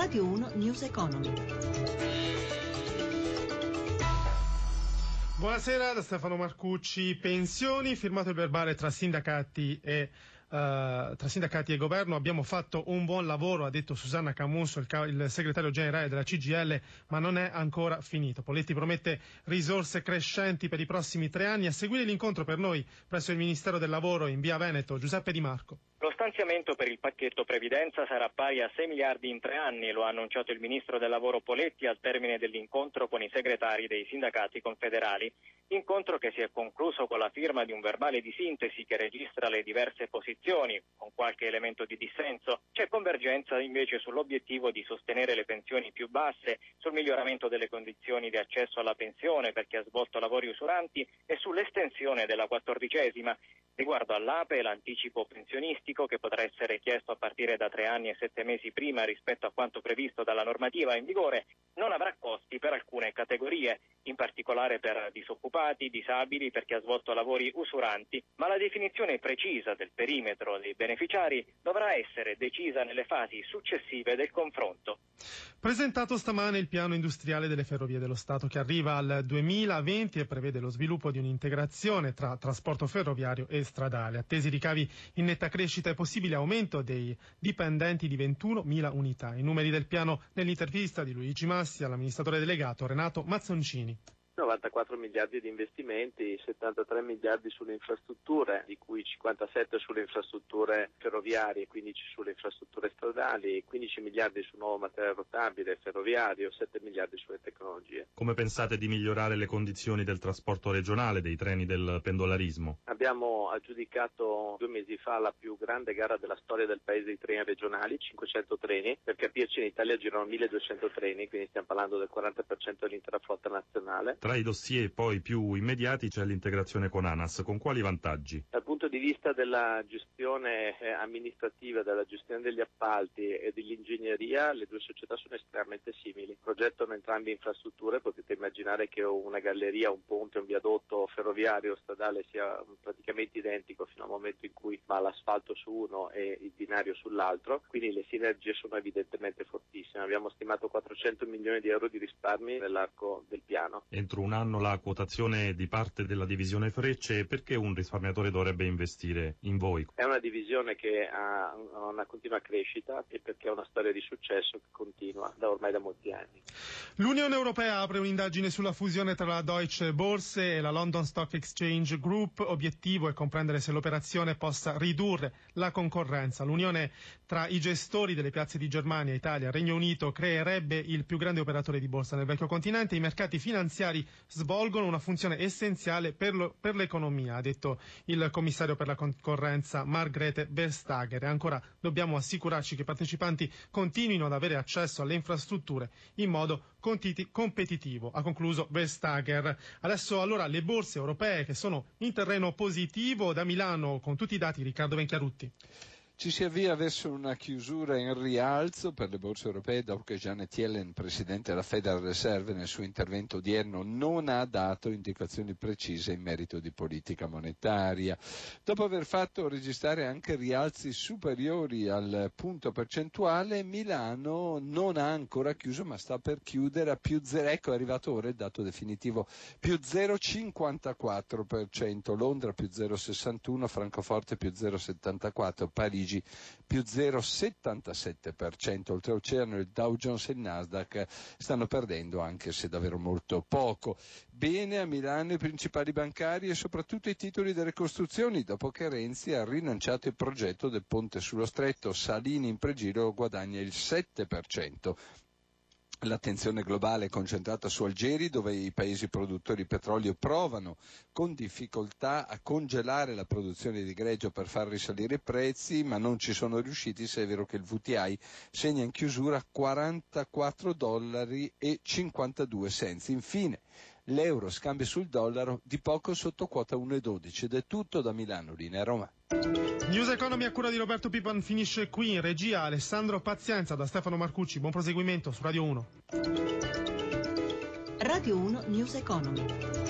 Radio 1 News Economy. Buonasera da Stefano Marcucci. Pensioni, firmato il verbale tra sindacati e governo. Abbiamo fatto un buon lavoro, ha detto Susanna Camusso, il segretario generale della CGIL, ma non è ancora finito. Poletti promette risorse crescenti per i prossimi 3 anni. A seguire l'incontro per noi presso il Ministero del Lavoro in via Veneto, Giuseppe Di Marco. Lo stanziamento per il pacchetto previdenza sarà pari a 6 miliardi in 3 anni, lo ha annunciato il ministro del lavoro Poletti al termine dell'incontro con i segretari dei sindacati confederali. Incontro che si è concluso con la firma di un verbale di sintesi che registra le diverse posizioni, con qualche elemento di dissenso. C'è convergenza invece sull'obiettivo di sostenere le pensioni più basse, sul miglioramento delle condizioni di accesso alla pensione per chi ha svolto lavori usuranti e sull'estensione della 14ª. Riguardo all'APE, l'anticipo pensionistico, che potrà essere chiesto a partire da 3 anni e 7 mesi prima rispetto a quanto previsto dalla normativa in vigore, non avrà costi per alcune categorie, in particolare per disoccupati, disabili, per chi ha svolto lavori usuranti, ma la definizione precisa del perimetro dei beneficiari dovrà essere decisa nelle fasi successive del confronto. Presentato stamane il piano industriale delle Ferrovie dello Stato, che arriva al 2020 e prevede lo sviluppo di un'integrazione tra trasporto ferroviario e stradale. Attesi ricavi in netta crescita e possibile aumento dei dipendenti di 21.000 unità. I numeri del piano nell'intervista di Luigi Massi all'amministratore delegato Renato Mazzoncini. 94 miliardi di investimenti, 73 miliardi sulle infrastrutture, di cui 57 sulle infrastrutture ferroviarie, 15 sulle infrastrutture stradali, 15 miliardi sul nuovo materiale rotabile ferroviario, 7 miliardi sulle tecnologie. Come pensate di migliorare le condizioni del trasporto regionale, dei treni del pendolarismo? Abbiamo aggiudicato 2 mesi fa la più grande gara della storia del paese di treni regionali, 500 treni. Per capirci, in Italia girano 1200 treni, quindi stiamo parlando del 40% dell'intera flotta nazionale. Tra i dossier poi più immediati c'è l'integrazione con ANAS. Con quali vantaggi? Dal punto di vista della gestione amministrativa, della gestione degli appalti e dell'ingegneria, le due società sono estremamente simili. Progettano entrambe infrastrutture, potete immaginare che una galleria, un ponte, un viadotto ferroviario o stradale sia praticamente identico fino al momento in cui va l'asfalto su uno e il binario sull'altro, quindi le sinergie sono evidentemente fortissime. Abbiamo stimato 400 milioni di euro di risparmi nell'arco del piano. Entro un anno la quotazione di parte della divisione Frecce, perché un risparmiatore dovrebbe investire in voi? È una divisione che ha una continua crescita e perché è una storia di successo che continua ormai da molti anni. L'Unione Europea apre un'indagine sulla fusione tra la Deutsche Börse e la London Stock Exchange Group. Obiettivo è comprendere se l'operazione possa ridurre la concorrenza. L'unione tra i gestori delle piazze di Germania, Italia e Regno Unito creerebbe il più grande operatore di borsa nel vecchio continente. I mercati finanziari svolgono una funzione essenziale per l'economia, ha detto il commissario per la concorrenza Margrethe Vestager. E ancora dobbiamo assicurarci che i partecipanti continuino ad avere accesso alle infrastrutture in modo competitivo, ha concluso Vestager. Adesso allora le borse europee che sono in terreno positivo. Da Milano con tutti i dati Riccardo Venchiarutti. Ci si avvia verso una chiusura in rialzo per le borse europee dopo che Janet Yellen, presidente della Federal Reserve, nel suo intervento odierno non ha dato indicazioni precise in merito di politica monetaria. Dopo aver fatto registrare anche rialzi superiori al punto percentuale, Milano non ha ancora chiuso ma sta per chiudere a più 0, ecco è arrivato ora il dato definitivo, più 0,54%, Londra più 0,61%, Francoforte più 0,74%, Parigi più 0,77%. Oltreoceano il Dow Jones e il Nasdaq stanno perdendo, anche se davvero molto poco. Bene a Milano i principali bancari e soprattutto i titoli delle costruzioni, dopo che Renzi ha rilanciato il progetto del ponte sullo stretto. Salini in pregiro guadagna il 7%. L'attenzione globale è concentrata su Algeri, dove i paesi produttori di petrolio provano con difficoltà a congelare la produzione di greggio per far risalire i prezzi, ma non ci sono riusciti, se è vero che il WTI segna in chiusura $44,52. Infine, l'euro scambia sul dollaro di poco sotto quota 1,12. Ed è tutto da Milano, linea Roma. News Economy a cura di Roberto Pipan finisce qui. In regia Alessandro Pazienza, da Stefano Marcucci. Buon proseguimento su Radio 1. Radio 1 News Economy.